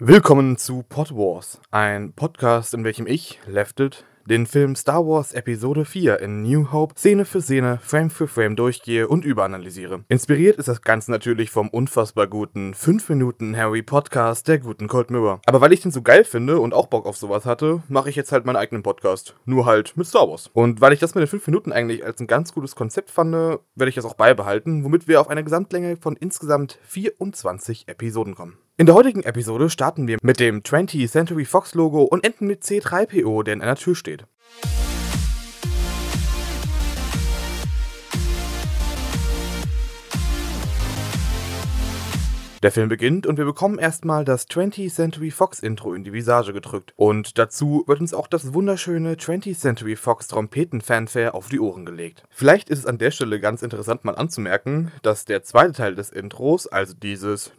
Willkommen zu Pod Wars, ein Podcast, in welchem ich, Lefted, den Film Star Wars Episode 4 in New Hope Szene für Szene, Frame für Frame durchgehe und überanalysiere. Inspiriert ist das Ganze natürlich vom unfassbar guten 5 Minuten Harry Podcast der guten Cold Mirror. Aber weil ich den so geil finde und auch Bock auf sowas hatte, mache ich jetzt halt meinen eigenen Podcast. Nur halt mit Star Wars. Und weil ich das mit den 5 Minuten eigentlich als ein ganz gutes Konzept fand, werde ich das auch beibehalten, womit wir auf eine Gesamtlänge von insgesamt 24 Episoden kommen. In der heutigen Episode starten wir mit dem 20th Century Fox Logo und enden mit C3PO, der in einer Tür steht. Der Film beginnt und wir bekommen erstmal das 20th Century Fox Intro in die Visage gedrückt. Und dazu wird uns auch das wunderschöne 20th Century Fox Trompeten-Fanfare auf die Ohren gelegt. Vielleicht ist es an der Stelle ganz interessant mal anzumerken, dass der zweite Teil des Intros, also dieses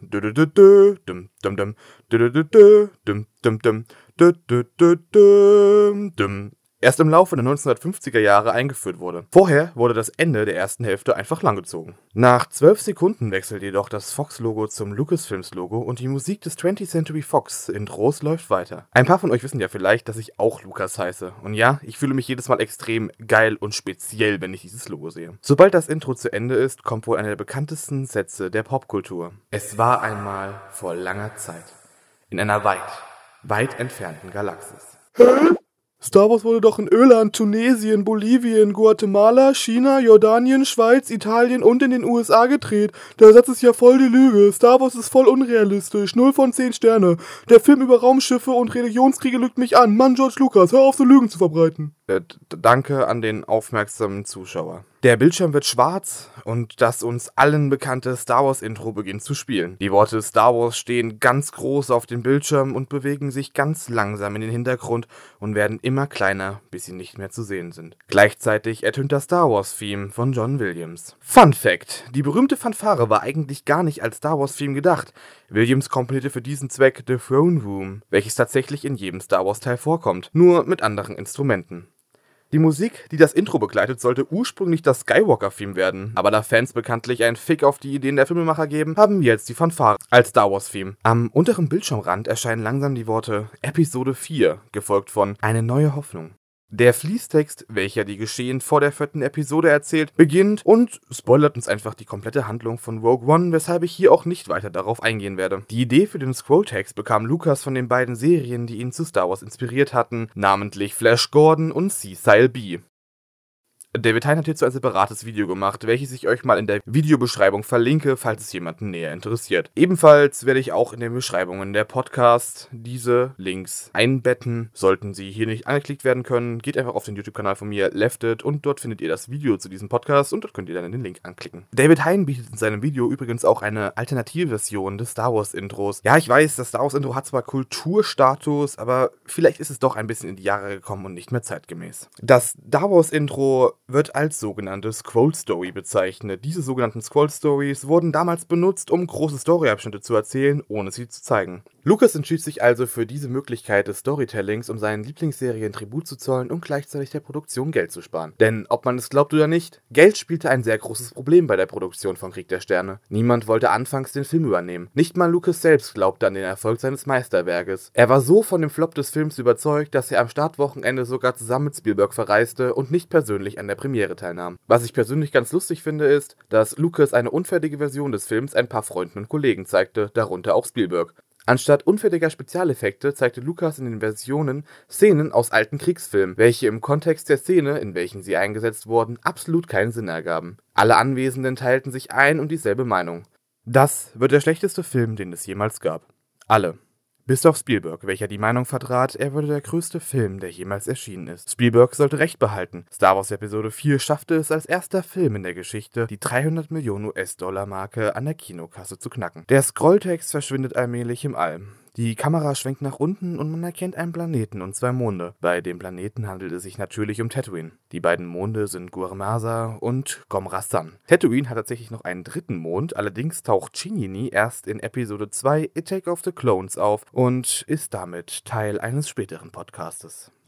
erst im Laufe der 1950er Jahre eingeführt wurde. Vorher wurde das Ende der ersten Hälfte einfach langgezogen. Nach 12 Sekunden wechselt jedoch das Fox-Logo zum Lucasfilms-Logo und die Musik des 20th Century Fox-Intros läuft weiter. Ein paar von euch wissen ja vielleicht, dass ich auch Lucas heiße. Und ja, ich fühle mich jedes Mal extrem geil und speziell, wenn ich dieses Logo sehe. Sobald das Intro zu Ende ist, kommt wohl einer der bekanntesten Sätze der Popkultur. Es war einmal vor langer Zeit. In einer weit entfernten Galaxis. Star Wars wurde doch in Irland, Tunesien, Bolivien, Guatemala, China, Jordanien, Schweiz, Italien und in den USA gedreht. Der Satz ist ja voll die Lüge. Star Wars ist voll unrealistisch. 0 von 10 Sterne. Der Film über Raumschiffe und Religionskriege lügt mich an. Mann, George Lucas, hör auf so Lügen zu verbreiten. Danke an den aufmerksamen Zuschauer. Der Bildschirm wird schwarz und das uns allen bekannte Star Wars Intro beginnt zu spielen. Die Worte Star Wars stehen ganz groß auf dem Bildschirm und bewegen sich ganz langsam in den Hintergrund und werden immer kleiner, bis sie nicht mehr zu sehen sind. Gleichzeitig ertönt das Star Wars Theme von John Williams. Fun Fact: Die berühmte Fanfare war eigentlich gar nicht als Star Wars Theme gedacht. Williams komponierte für diesen Zweck The Throne Room, welches tatsächlich in jedem Star Wars Teil vorkommt, nur mit anderen Instrumenten. Die Musik, die das Intro begleitet, sollte ursprünglich das Skywalker-Theme werden, aber da Fans bekanntlich einen Fick auf die Ideen der Filmemacher geben, haben wir jetzt die Fanfare als Star Wars-Theme. Am unteren Bildschirmrand erscheinen langsam die Worte Episode 4, gefolgt von Eine neue Hoffnung. Der Fließtext, welcher die Geschehen vor der 4. Episode erzählt, beginnt und spoilert uns einfach die komplette Handlung von Rogue One, weshalb ich hier auch nicht weiter darauf eingehen werde. Die Idee für den Scrolltext bekam Lucas von den beiden Serien, die ihn zu Star Wars inspiriert hatten, namentlich Flash Gordon und Cecil B. David Hein hat hierzu ein separates Video gemacht, welches ich euch mal in der Videobeschreibung verlinke, falls es jemanden näher interessiert. Ebenfalls werde ich auch in den Beschreibungen der Podcasts diese Links einbetten. Sollten sie hier nicht angeklickt werden können, geht einfach auf den YouTube-Kanal von mir, Lefted, und dort findet ihr das Video zu diesem Podcast und dort könnt ihr dann den Link anklicken. David Hein bietet in seinem Video übrigens auch eine Alternativversion des Star Wars Intros. Ja, ich weiß, das Star Wars Intro hat zwar Kulturstatus, aber vielleicht ist es doch ein bisschen in die Jahre gekommen und nicht mehr zeitgemäß. Das Star Wars Intro wird als sogenannte Scroll Story bezeichnet. Diese sogenannten Scroll Stories wurden damals benutzt, um große Storyabschnitte zu erzählen, ohne sie zu zeigen. Lucas entschied sich also für diese Möglichkeit des Storytellings, um seinen Lieblingsserien Tribut zu zollen und gleichzeitig der Produktion Geld zu sparen. Denn, ob man es glaubt oder nicht, Geld spielte ein sehr großes Problem bei der Produktion von Krieg der Sterne. Niemand wollte anfangs den Film übernehmen. Nicht mal Lucas selbst glaubte an den Erfolg seines Meisterwerkes. Er war so von dem Flop des Films überzeugt, dass er am Startwochenende sogar zusammen mit Spielberg verreiste und nicht persönlich an der Premiere teilnahm. Was ich persönlich ganz lustig finde, ist, dass Lucas eine unfertige Version des Films ein paar Freunden und Kollegen zeigte, darunter auch Spielberg. Anstatt unfertiger Spezialeffekte zeigte Lucas in den Versionen Szenen aus alten Kriegsfilmen, welche im Kontext der Szene, in welchen sie eingesetzt wurden, absolut keinen Sinn ergaben. Alle Anwesenden teilten sich ein und dieselbe Meinung. Das wird der schlechteste Film, den es jemals gab. Alle. Bis auf Spielberg, welcher die Meinung vertrat, er würde der größte Film, der jemals erschienen ist. Spielberg sollte Recht behalten. Star Wars Episode 4 schaffte es als erster Film in der Geschichte, die 300 Millionen US-Dollar-Marke an der Kinokasse zu knacken. Der Scrolltext verschwindet allmählich im All. Die Kamera schwenkt nach unten und man erkennt einen Planeten und 2 Monde. Bei dem Planeten handelt es sich natürlich um Tatooine. Die beiden Monde sind Gur Masa und Gomrasan. Tatooine hat tatsächlich noch einen dritten Mond, allerdings taucht Chinini erst in Episode 2 Attack of the Clones auf und ist damit Teil eines späteren Podcastes.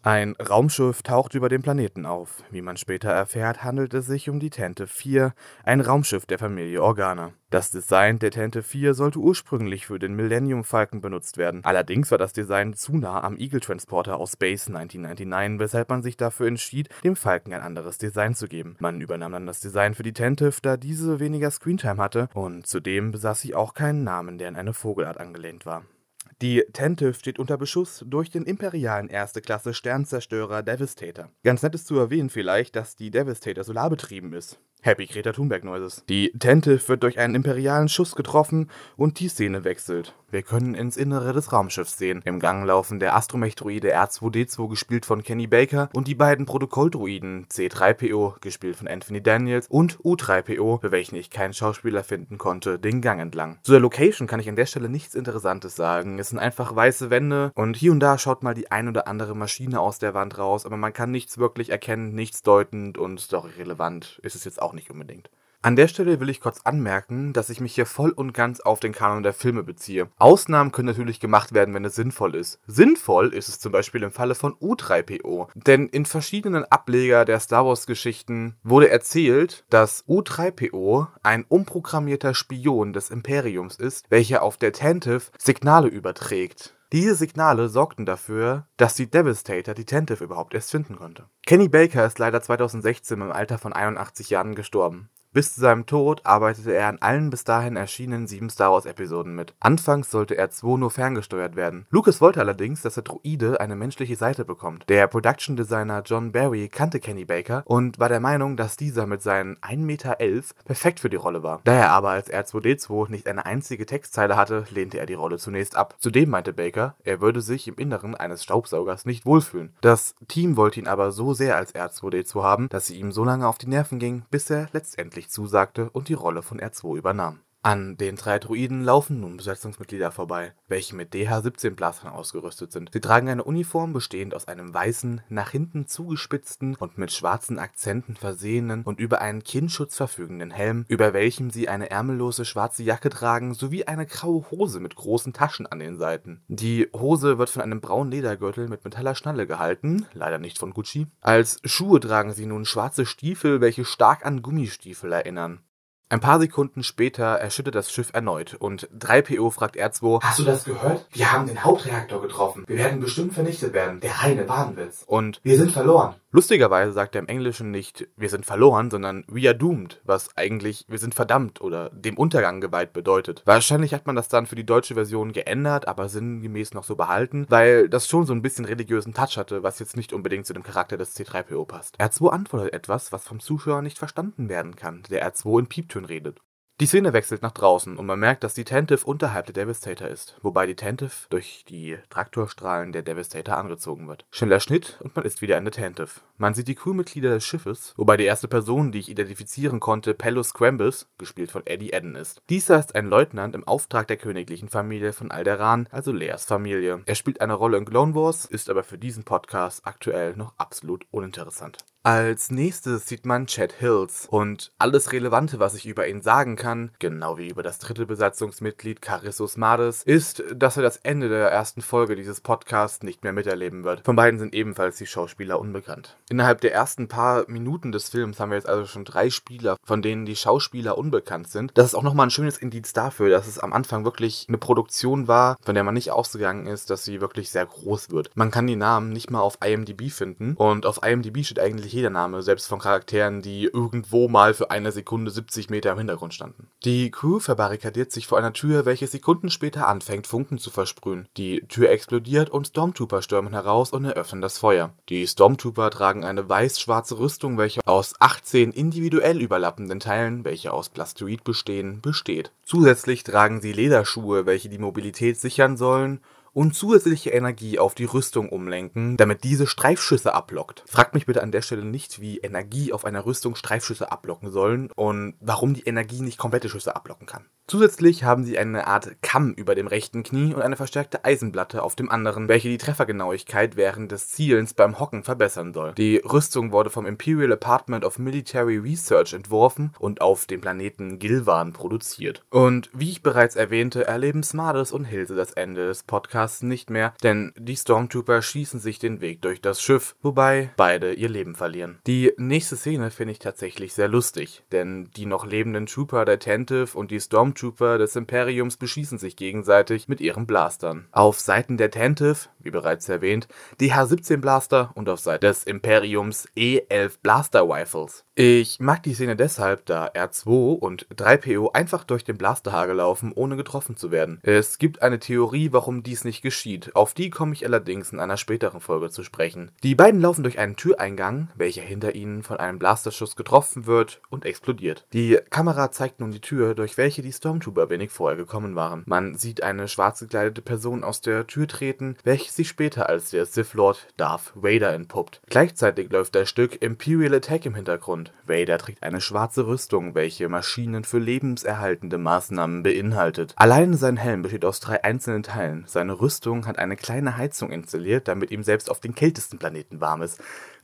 Ein Raumschiff taucht über dem Planeten auf. Wie man später erfährt, handelt es sich um die Tantive 4, ein Raumschiff der Familie Organa. Das Design der Tantive 4 sollte ursprünglich für den Millennium Falcon benutzt werden. Allerdings war das Design zu nah am Eagle Transporter aus Space 1999, weshalb man sich dafür entschied, dem Falcon ein anderes Design zu geben. Man übernahm dann das Design für die Tantive, da diese weniger Screentime hatte und zudem besaß sie auch keinen Namen, der an eine Vogelart angelehnt war. Die Tantive steht unter Beschuss durch den imperialen Erste-Klasse-Sternzerstörer Devastator. Ganz nett ist zu erwähnen vielleicht, dass die Devastator solarbetrieben ist. Happy Greta Thunberg Noises. Die Tantive wird durch einen imperialen Schuss getroffen und die Szene wechselt. Wir können ins Innere des Raumschiffs sehen. Im Gang laufen der Astromech-Droide R2-D2, gespielt von Kenny Baker, und die beiden Protokolldroiden C3PO, gespielt von Anthony Daniels, und U3PO, für welchen ich keinen Schauspieler finden konnte, den Gang entlang. Zu der Location kann ich an der Stelle nichts Interessantes sagen. Es sind einfach weiße Wände und hier und da schaut mal die ein oder andere Maschine aus der Wand raus, aber man kann nichts wirklich erkennen, nichts deutend und storyrelevant ist es jetzt auch nicht unbedingt. An der Stelle will ich kurz anmerken, dass ich mich hier voll und ganz auf den Kanon der Filme beziehe. Ausnahmen können natürlich gemacht werden, wenn es sinnvoll ist. Sinnvoll ist es zum Beispiel im Falle von U3PO. Denn in verschiedenen Ableger der Star Wars Geschichten wurde erzählt, dass U3PO ein umprogrammierter Spion des Imperiums ist, welcher auf der Tantive Signale überträgt. Diese Signale sorgten dafür, dass die Devastator die Tantive überhaupt erst finden konnte. Kenny Baker ist leider 2016 im Alter von 81 Jahren gestorben. Bis zu seinem Tod arbeitete er an allen bis dahin erschienenen 7 Star Wars Episoden mit. Anfangs sollte R2 nur ferngesteuert werden. Lucas wollte allerdings, dass der Droide eine menschliche Seite bekommt. Der Production Designer John Barry kannte Kenny Baker und war der Meinung, dass dieser mit seinen 1,11 Meter perfekt für die Rolle war. Da er aber als R2D2 nicht eine einzige Textzeile hatte, lehnte er die Rolle zunächst ab. Zudem meinte Baker, er würde sich im Inneren eines Staubsaugers nicht wohlfühlen. Das Team wollte ihn aber so sehr als R2D2 haben, dass sie ihm so lange auf die Nerven ging, bis er letztendlich zusagte und die Rolle von R2 übernahm. An den 3 Droiden laufen nun Besatzungsmitglieder vorbei, welche mit DH-17-Blastern ausgerüstet sind. Sie tragen eine Uniform bestehend aus einem weißen, nach hinten zugespitzten und mit schwarzen Akzenten versehenen und über einen Kinnschutz verfügenden Helm, über welchem sie eine ärmellose schwarze Jacke tragen, sowie eine graue Hose mit großen Taschen an den Seiten. Die Hose wird von einem braunen Ledergürtel mit metaller Schnalle gehalten, leider nicht von Gucci. Als Schuhe tragen sie nun schwarze Stiefel, welche stark an Gummistiefel erinnern. Ein paar Sekunden später erschüttert das Schiff erneut und 3PO fragt R2: Hast du das gehört? Wir haben den Hauptreaktor getroffen. Wir werden bestimmt vernichtet werden. Der reine Wahnwitz. Und wir sind verloren. Lustigerweise sagt er im Englischen nicht wir sind verloren, sondern we are doomed, was eigentlich wir sind verdammt oder dem Untergang geweiht bedeutet. Wahrscheinlich hat man das dann für die deutsche Version geändert, aber sinngemäß noch so behalten, weil das schon so ein bisschen religiösen Touch hatte, was jetzt nicht unbedingt zu dem Charakter des C3PO passt. R2 antwortet etwas, was vom Zuschauer nicht verstanden werden kann, der R2 in Pieptönen redet. Die Szene wechselt nach draußen und man merkt, dass die Tantive unterhalb der Devastator ist, wobei die Tantive durch die Traktorstrahlen der Devastator angezogen wird. Schneller Schnitt und man ist wieder in der Tantive. Man sieht die Crewmitglieder des Schiffes, wobei die erste Person, die ich identifizieren konnte, Pello Scrambus, gespielt von Eddie Edden ist. Dieser ist ein Leutnant im Auftrag der königlichen Familie von Alderaan, also Leias Familie. Er spielt eine Rolle in Clone Wars, ist aber für diesen Podcast aktuell noch absolut uninteressant. Als nächstes sieht man Chad Hills und alles Relevante, was ich über ihn sagen kann, genau wie über das dritte Besatzungsmitglied Carissus Mardes, ist, dass er das Ende der ersten Folge dieses Podcasts nicht mehr miterleben wird. Von beiden sind ebenfalls die Schauspieler unbekannt. Innerhalb der ersten paar Minuten des Films haben wir jetzt also schon 3 Spieler, von denen die Schauspieler unbekannt sind. Das ist auch nochmal ein schönes Indiz dafür, dass es am Anfang wirklich eine Produktion war, von der man nicht ausgegangen ist, dass sie wirklich sehr groß wird. Man kann die Namen nicht mal auf IMDb finden und auf IMDb steht eigentlich jeder Name, selbst von Charakteren, die irgendwo mal für eine Sekunde 70 Meter im Hintergrund standen. Die Crew verbarrikadiert sich vor einer Tür, welche Sekunden später anfängt, Funken zu versprühen. Die Tür explodiert und Stormtrooper stürmen heraus und eröffnen das Feuer. Die Stormtrooper tragen eine weiß-schwarze Rüstung, welche aus 18 individuell überlappenden Teilen, welche aus Plastoid besteht. Zusätzlich tragen sie Lederschuhe, welche die Mobilität sichern sollen, und zusätzliche Energie auf die Rüstung umlenken, damit diese Streifschüsse ablockt. Fragt mich bitte an der Stelle nicht, wie Energie auf einer Rüstung Streifschüsse ablocken sollen und warum die Energie nicht komplette Schüsse ablocken kann. Zusätzlich haben sie eine Art Kamm über dem rechten Knie und eine verstärkte Eisenplatte auf dem anderen, welche die Treffergenauigkeit während des Zielens beim Hocken verbessern soll. Die Rüstung wurde vom Imperial Department of Military Research entworfen und auf dem Planeten Gilvan produziert. Und wie ich bereits erwähnte, erleben Smardes und Hilse das Ende des Podcasts das nicht mehr, denn die Stormtrooper schießen sich den Weg durch das Schiff, wobei beide ihr Leben verlieren. Die nächste Szene finde ich tatsächlich sehr lustig, denn die noch lebenden Trooper der Tantive und die Stormtrooper des Imperiums beschießen sich gegenseitig mit ihren Blastern. Auf Seiten der Tantive, wie bereits erwähnt, die H-17 Blaster und auf Seiten des Imperiums E-11 Blaster Rifles. Ich mag die Szene deshalb, da R2 und 3PO einfach durch den Blasterhagel laufen, ohne getroffen zu werden. Es gibt eine Theorie, warum dies nicht geschieht. Auf die komme ich allerdings in einer späteren Folge zu sprechen. Die beiden laufen durch einen Türeingang, welcher hinter ihnen von einem Blasterschuss getroffen wird und explodiert. Die Kamera zeigt nun die Tür, durch welche die Stormtrooper wenig vorher gekommen waren. Man sieht eine schwarz gekleidete Person aus der Tür treten, welche sich später als der Sith Lord Darth Vader entpuppt. Gleichzeitig läuft das Stück Imperial Attack im Hintergrund. Vader trägt eine schwarze Rüstung, welche Maschinen für lebenserhaltende Maßnahmen beinhaltet. Allein sein Helm besteht aus 3 einzelnen Teilen. Seine Rüstung hat eine kleine Heizung installiert, damit ihm selbst auf den kältesten Planeten warm ist.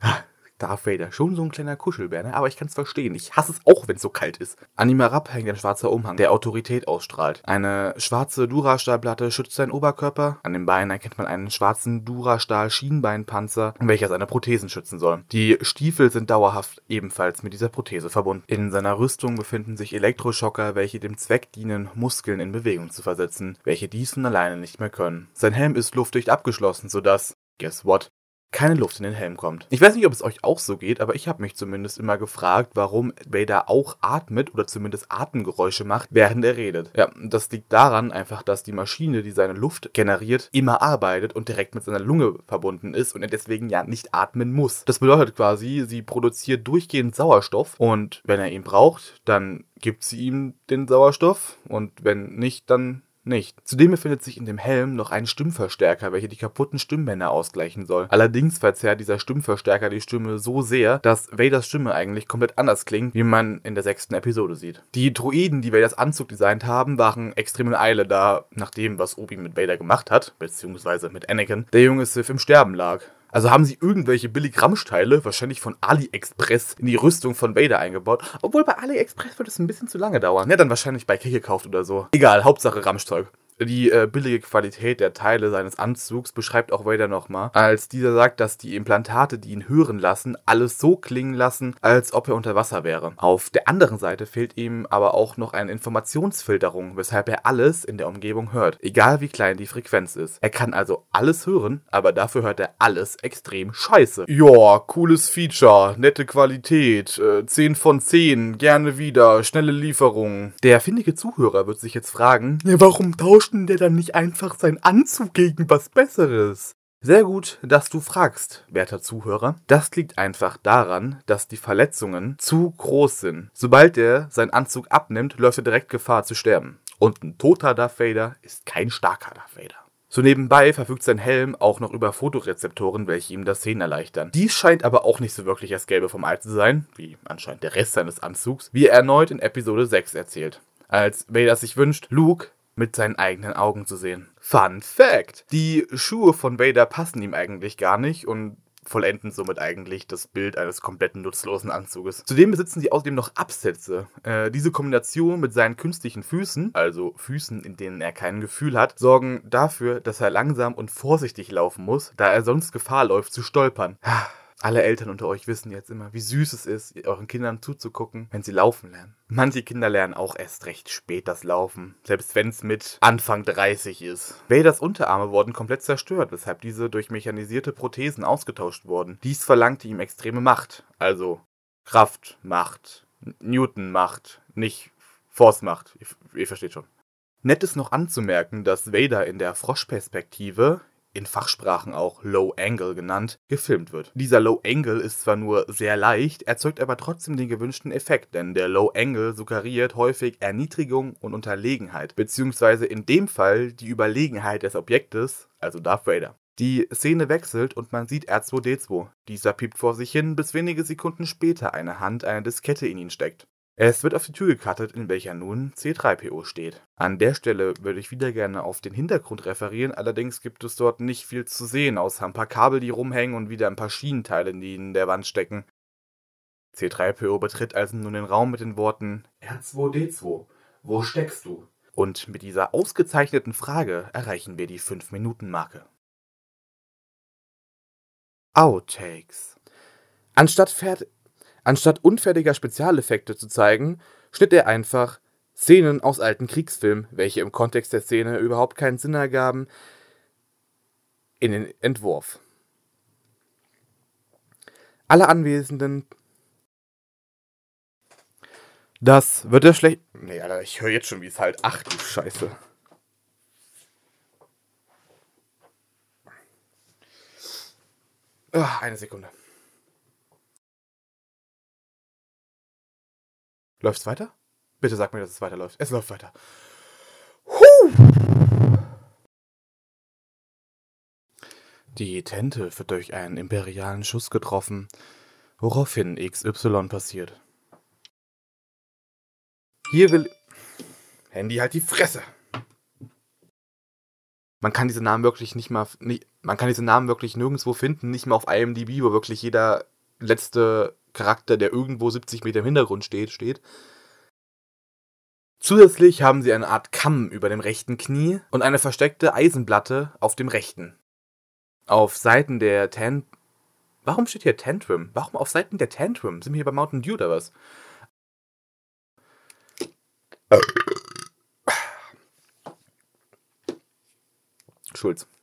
Darth Vader, schon so ein kleiner Kuschelbär, ne? Aber ich kann es verstehen. Ich hasse es auch, wenn es so kalt ist. An ihm herab hängt ein schwarzer Umhang, der Autorität ausstrahlt. Eine schwarze Durastahlplatte schützt seinen Oberkörper. An den Beinen erkennt man einen schwarzen Durastahl-Schienbeinpanzer, welcher seine Prothesen schützen soll. Die Stiefel sind dauerhaft ebenfalls mit dieser Prothese verbunden. In seiner Rüstung befinden sich Elektroschocker, welche dem Zweck dienen, Muskeln in Bewegung zu versetzen, welche dies von alleine nicht mehr können. Sein Helm ist luftdicht abgeschlossen, sodass, guess what, keine Luft in den Helm kommt. Ich weiß nicht, ob es euch auch so geht, aber ich habe mich zumindest immer gefragt, warum Vader auch atmet oder zumindest Atemgeräusche macht, während er redet. Ja, das liegt daran einfach, dass die Maschine, die seine Luft generiert, immer arbeitet und direkt mit seiner Lunge verbunden ist und er deswegen ja nicht atmen muss. Das bedeutet quasi, sie produziert durchgehend Sauerstoff und wenn er ihn braucht, dann gibt sie ihm den Sauerstoff und wenn nicht, dann nicht. Zudem befindet sich in dem Helm noch ein Stimmverstärker, welcher die kaputten Stimmbänder ausgleichen soll. Allerdings verzerrt dieser Stimmverstärker die Stimme so sehr, dass Vaders Stimme eigentlich komplett anders klingt, wie man in der 6. Episode sieht. Die Droiden, die Vaders Anzug designt haben, waren extrem in Eile, da nach dem, was Obi mit Vader gemacht hat, beziehungsweise mit Anakin, der junge Sith im Sterben lag. Also haben sie irgendwelche Billig-Ramschteile, wahrscheinlich von AliExpress, in die Rüstung von Vader eingebaut. Obwohl bei AliExpress wird es ein bisschen zu lange dauern. Ja, dann wahrscheinlich bei Kick gekauft oder so. Egal, Hauptsache Ramschzeug. Die billige Qualität der Teile seines Anzugs beschreibt auch Vader nochmal, als dieser sagt, dass die Implantate, die ihn hören lassen, alles so klingen lassen, als ob er unter Wasser wäre. Auf der anderen Seite fehlt ihm aber auch noch eine Informationsfilterung, weshalb er alles in der Umgebung hört, egal wie klein die Frequenz ist. Er kann also alles hören, aber dafür hört er alles extrem scheiße. Ja, cooles Feature, nette Qualität, 10 von 10, gerne wieder, schnelle Lieferung. Der findige Zuhörer wird sich jetzt fragen, ja, warum tauscht der dann nicht einfach seinen Anzug gegen was Besseres? Sehr gut, dass du fragst, werter Zuhörer. Das liegt einfach daran, dass die Verletzungen zu groß sind. Sobald er seinen Anzug abnimmt, läuft er direkt Gefahr zu sterben. Und ein toter Darth Vader ist kein starker Darth Vader. So nebenbei verfügt sein Helm auch noch über Fotorezeptoren, welche ihm das Sehen erleichtern. Dies scheint aber auch nicht so wirklich das Gelbe vom Ei zu sein, wie anscheinend der Rest seines Anzugs, wie er erneut in Episode 6 erzählt. Als Vader sich wünscht, Luke mit seinen eigenen Augen zu sehen. Fun Fact! Die Schuhe von Vader passen ihm eigentlich gar nicht und vollenden somit eigentlich das Bild eines kompletten nutzlosen Anzuges. Zudem besitzen sie außerdem noch Absätze. Diese Kombination mit seinen künstlichen Füßen, also Füßen, in denen er kein Gefühl hat, sorgen dafür, dass er langsam und vorsichtig laufen muss, da er sonst Gefahr läuft zu stolpern. Alle Eltern unter euch wissen jetzt immer, wie süß es ist, euren Kindern zuzugucken, wenn sie laufen lernen. Manche Kinder lernen auch erst recht spät das Laufen, selbst wenn es mit Anfang 30 ist. Vaders Unterarme wurden komplett zerstört, weshalb diese durch mechanisierte Prothesen ausgetauscht wurden. Dies verlangte ihm extreme Macht, also Kraft, Macht, Newton-Macht, nicht Force-Macht, ihr versteht schon. Nett ist noch anzumerken, dass Vader in der Froschperspektive, in Fachsprachen auch Low Angle genannt, gefilmt wird. Dieser Low Angle ist zwar nur sehr leicht, erzeugt aber trotzdem den gewünschten Effekt, denn der Low Angle suggeriert häufig Erniedrigung und Unterlegenheit, beziehungsweise in dem Fall die Überlegenheit des Objektes, also Darth Vader. Die Szene wechselt und man sieht R2-D2. Dieser piept vor sich hin, bis wenige Sekunden später eine Hand eine Diskette in ihn steckt. Es wird auf die Tür gecuttet, in welcher nun C3PO steht. An der Stelle würde ich wieder gerne auf den Hintergrund referieren, allerdings gibt es dort nicht viel zu sehen, außer ein paar Kabel, die rumhängen und wieder ein paar Schienenteile, die in der Wand stecken. C3PO betritt also nun den Raum mit den Worten: R2-D2, wo steckst du? Und mit dieser ausgezeichneten Frage erreichen wir die 5-Minuten-Marke. Outtakes. Anstatt unfertiger Spezialeffekte zu zeigen, schnitt er einfach Szenen aus alten Kriegsfilmen, welche im Kontext der Szene überhaupt keinen Sinn ergaben, in den Entwurf. Alle Anwesenden. Das wird der schlecht. Nee, Alter, ich höre jetzt schon, wie es halt. Ach du Scheiße. Eine Sekunde. Läuft's weiter? Bitte sag mir, dass es weiterläuft. Es läuft weiter. Die Tente wird durch einen imperialen Schuss getroffen, woraufhin XY passiert. Hier will... Handy, halt die Fresse! Man kann diese Namen wirklich man kann diese Namen wirklich nirgendwo finden, nicht mal auf IMDb, wo wirklich jeder letzte Charakter, der irgendwo 70 Meter im Hintergrund steht. Zusätzlich haben sie eine Art Kamm über dem rechten Knie und eine versteckte Eisenplatte auf dem rechten. Auf Seiten der Warum steht hier Tantrum? Warum auf Seiten der Tantrum? Sind wir hier bei Mountain Dew oder was? Schulz.